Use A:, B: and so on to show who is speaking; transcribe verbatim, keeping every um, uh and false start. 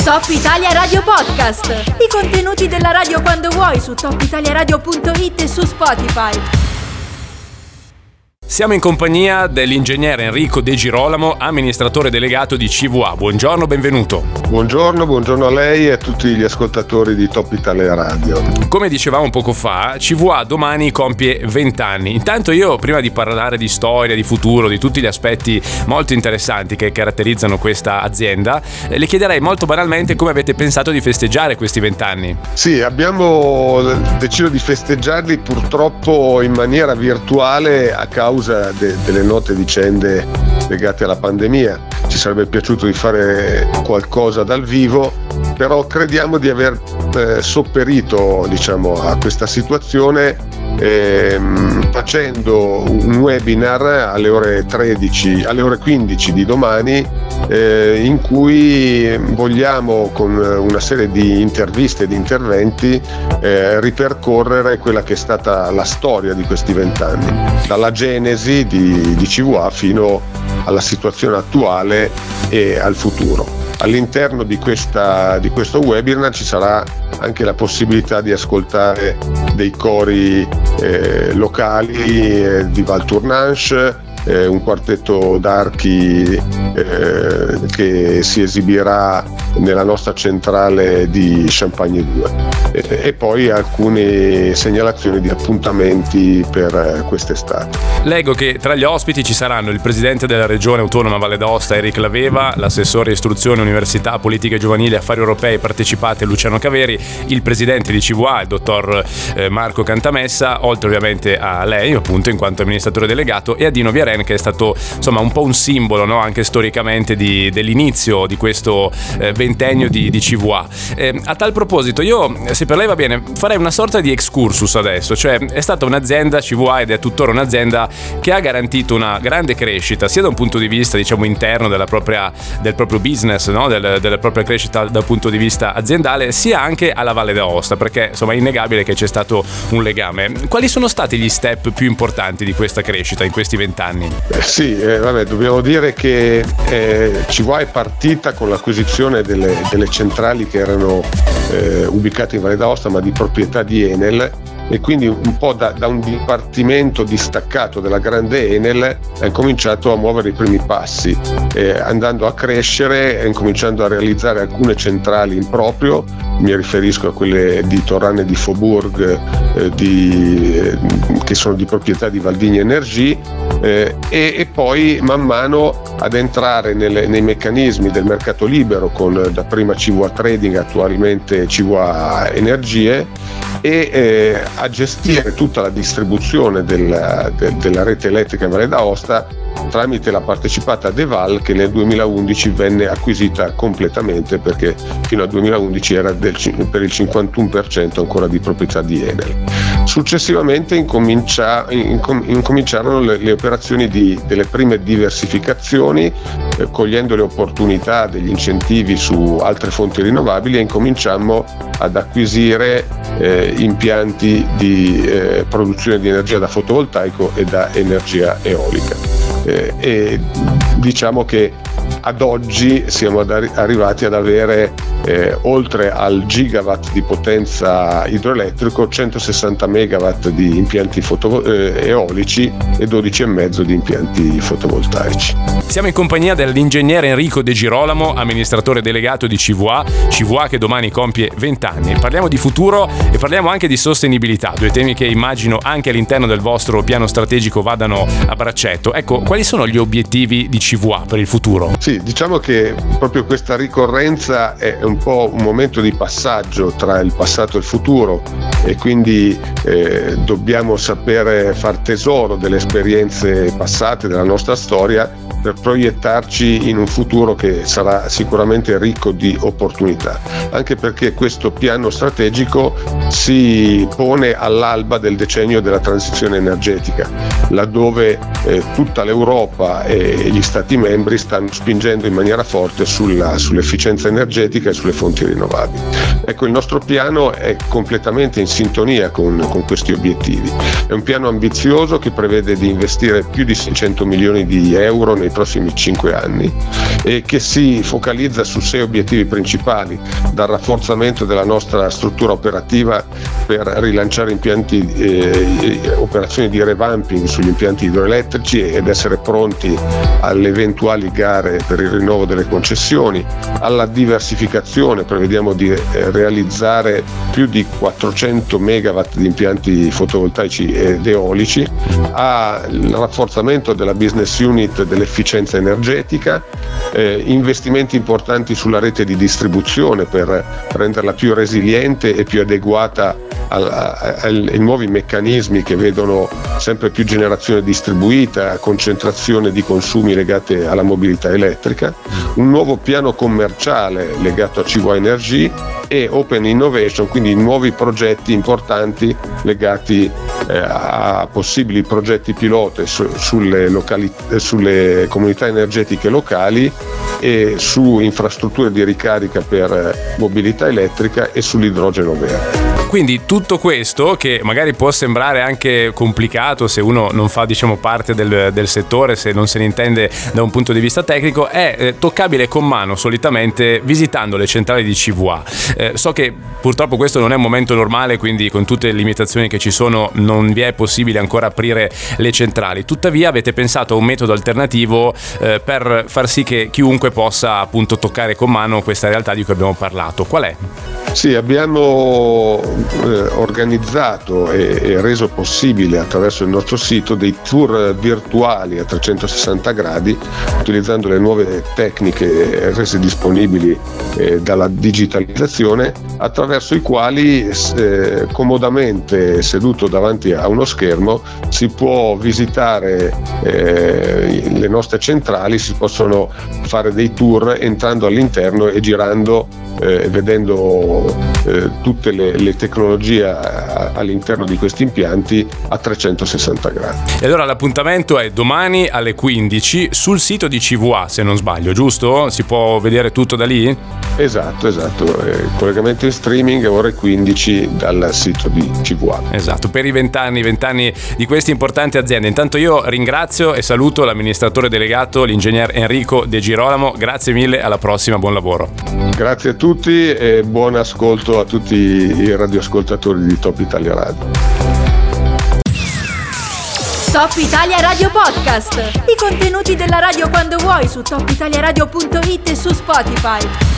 A: Top Italia Radio Podcast. I contenuti della radio quando vuoi su top italia radio punto it e su Spotify.
B: Siamo in compagnia dell'ingegnere Enrico De Girolamo, amministratore delegato di C V A. Buongiorno, benvenuto.
C: Buongiorno, buongiorno a lei e a tutti gli ascoltatori di Top Italia Radio.
B: Come dicevamo poco fa, C V A domani compie venti anni. Intanto io, prima di parlare di storia, di futuro, di tutti gli aspetti molto interessanti che caratterizzano questa azienda, le chiederei molto banalmente come avete pensato di festeggiare questi venti anni.
C: Sì, abbiamo deciso di festeggiarli purtroppo in maniera virtuale a causa De, delle note vicende legate alla pandemia. Ci sarebbe piaciuto di fare qualcosa dal vivo, però crediamo di aver eh, sopperito, diciamo, a questa situazione eh, facendo un webinar alle ore tredici, alle ore quindici di domani, eh, in cui vogliamo, con una serie di interviste e di interventi, eh, ripercorrere quella che è stata la storia di questi vent'anni, dalla genesi di, di C V A fino alla situazione attuale e al futuro. All'interno di, questa, di questo webinar ci sarà anche la possibilità di ascoltare dei cori eh, locali eh, di Val Tournanche, eh, un quartetto d'archi eh, che si esibirà nella nostra centrale di Champagne due, e, e poi alcune segnalazioni di appuntamenti per quest'estate.
B: Leggo che tra gli ospiti ci saranno il presidente della regione autonoma Valle d'Aosta Eric Laveva, l'assessore istruzione, università, politiche giovanili e affari europei partecipate Luciano Caveri, il presidente di C V A il dottor eh, Marco Cantamessa, oltre ovviamente a lei appunto in quanto amministratore delegato, e a Dino Viaren, che è stato insomma un po' un simbolo, no? Anche storicamente di, dell'inizio di questo eh, ventennio di, di C V A. Eh, a tal proposito io, se per lei va bene, farei una sorta di excursus adesso, cioè è stata un'azienda C V A ed è tuttora un'azienda che ha garantito una grande crescita sia da un punto di vista, diciamo, interno della propria, del proprio business, no? Del, della propria crescita dal punto di vista aziendale, sia anche alla Valle d'Aosta, perché insomma è innegabile che c'è stato un legame. Quali sono stati gli step più importanti di questa crescita in questi vent'anni?
C: Eh sì, eh, vabbè, dobbiamo dire che eh, C V A è partita con l'acquisizione delle, delle centrali che erano eh, ubicate in Valle d'Aosta ma di proprietà di Enel, e quindi un po' da, da un dipartimento distaccato della grande Enel ha incominciato a muovere i primi passi, eh, andando a crescere e incominciando a realizzare alcune centrali in proprio. Mi riferisco a quelle di Torrane di Faubourg, eh, di, eh, che sono di proprietà di Valdigna Energie, eh, e, e poi man mano ad entrare nelle, nei meccanismi del mercato libero con dapprima C V A Trading, attualmente C V A Energie, e eh, a gestire tutta la distribuzione della, de, della rete elettrica in Valle d'Aosta tramite la partecipata Deval, che nel duemilaundici venne acquisita completamente, perché fino al duemilaundici era del, per il cinquantuno per cento ancora di proprietà di Enel. Successivamente incomincia, incom, incominciarono le, le operazioni di, delle prime diversificazioni, eh, cogliendo le opportunità degli incentivi su altre fonti rinnovabili, e incominciammo ad acquisire eh, impianti di eh, produzione di energia da fotovoltaico e da energia eolica. Eh, e diciamo che ad oggi siamo ad arri- arrivati ad avere eh, oltre al gigawatt di potenza idroelettrico centosessanta megawatt di impianti fotovo- eh, eolici e dodici e mezzo di impianti fotovoltaici.
B: Siamo in compagnia dell'ingegnere Enrico De Girolamo, amministratore delegato di C V A, C V A che domani compie venti anni. Parliamo di futuro e parliamo anche di sostenibilità, due temi che immagino anche all'interno del vostro piano strategico vadano a braccetto. Ecco, quali sono gli obiettivi di C V A per il futuro?
C: Sì, diciamo che proprio questa ricorrenza è un po' un momento di passaggio tra il passato e il futuro, e quindi eh, dobbiamo sapere far tesoro delle esperienze passate, della nostra storia, per proiettarci in un futuro che sarà sicuramente ricco di opportunità, anche perché questo piano strategico si pone all'alba del decennio della transizione energetica, laddove eh, tutta l'Europa e gli Stati membri stanno spingendo spingendo in maniera forte sulla, sull'efficienza energetica e sulle fonti rinnovabili. Ecco, il nostro piano è completamente in sintonia con, con questi obiettivi. È un piano ambizioso che prevede di investire più di seicento milioni di euro nei prossimi cinque anni e che si focalizza su sei obiettivi principali, dal rafforzamento della nostra struttura operativa per rilanciare impianti, eh, operazioni di revamping sugli impianti idroelettrici ed essere pronti alle eventuali gare per il rinnovo delle concessioni, alla diversificazione, prevediamo di eh, realizzare più di quattrocento megawatt di impianti fotovoltaici ed eolici, al rafforzamento della business unit dell'efficienza energetica, eh, investimenti importanti sulla rete di distribuzione per renderla più resiliente e più adeguata ai nuovi meccanismi che vedono sempre più generazione distribuita, concentrazione di consumi legate alla mobilità elettrica, un nuovo piano commerciale legato a C Y Energy e Open Innovation, quindi nuovi progetti importanti legati eh, a possibili progetti pilota su, sulle, locali, sulle comunità energetiche locali e su infrastrutture di ricarica per mobilità elettrica e sull'idrogeno verde.
B: Quindi tutto questo, che magari può sembrare anche complicato se uno non fa, diciamo, parte del, del settore, se non se ne intende da un punto di vista tecnico, è eh, toccabile con mano solitamente visitando le centrali di C V A. Eh, so che purtroppo questo non è un momento normale, quindi con tutte le limitazioni che ci sono non vi è possibile ancora aprire le centrali. Tuttavia avete pensato a un metodo alternativo eh, per far sì che chiunque possa appunto toccare con mano questa realtà di cui abbiamo parlato. Qual è?
C: Sì, abbiamo eh, organizzato e, e reso possibile attraverso il nostro sito dei tour virtuali a trecentosessanta gradi, utilizzando le nuove tecniche rese disponibili eh, dalla digitalizzazione, attraverso i quali eh, comodamente seduto davanti a uno schermo si può visitare eh, le nostre centrali, si possono fare dei tour entrando all'interno e girando eh, vedendo eh, tutte le, le tecnologie a, all'interno di questi impianti a trecentosessanta gradi.
B: E allora l'appuntamento è domani alle quindici sul sito di C V A, se non sbaglio, giusto? Si può vedere tutto da lì?
C: Esatto, esatto, eh, collegamento in streaming ore quindici dal sito di C V A.
B: Esatto, per i vent'anni, vent'anni di queste importanti aziende. Intanto io ringrazio e saluto l'amministratore delegato, l'ingegner Enrico De Girolamo. Grazie mille, alla prossima, buon lavoro.
C: Grazie a tutti e buon ascolto a tutti i radioascoltatori di Top Italia Radio.
A: Top Italia Radio Podcast. I contenuti della radio quando vuoi su top italia radio punto it e su Spotify.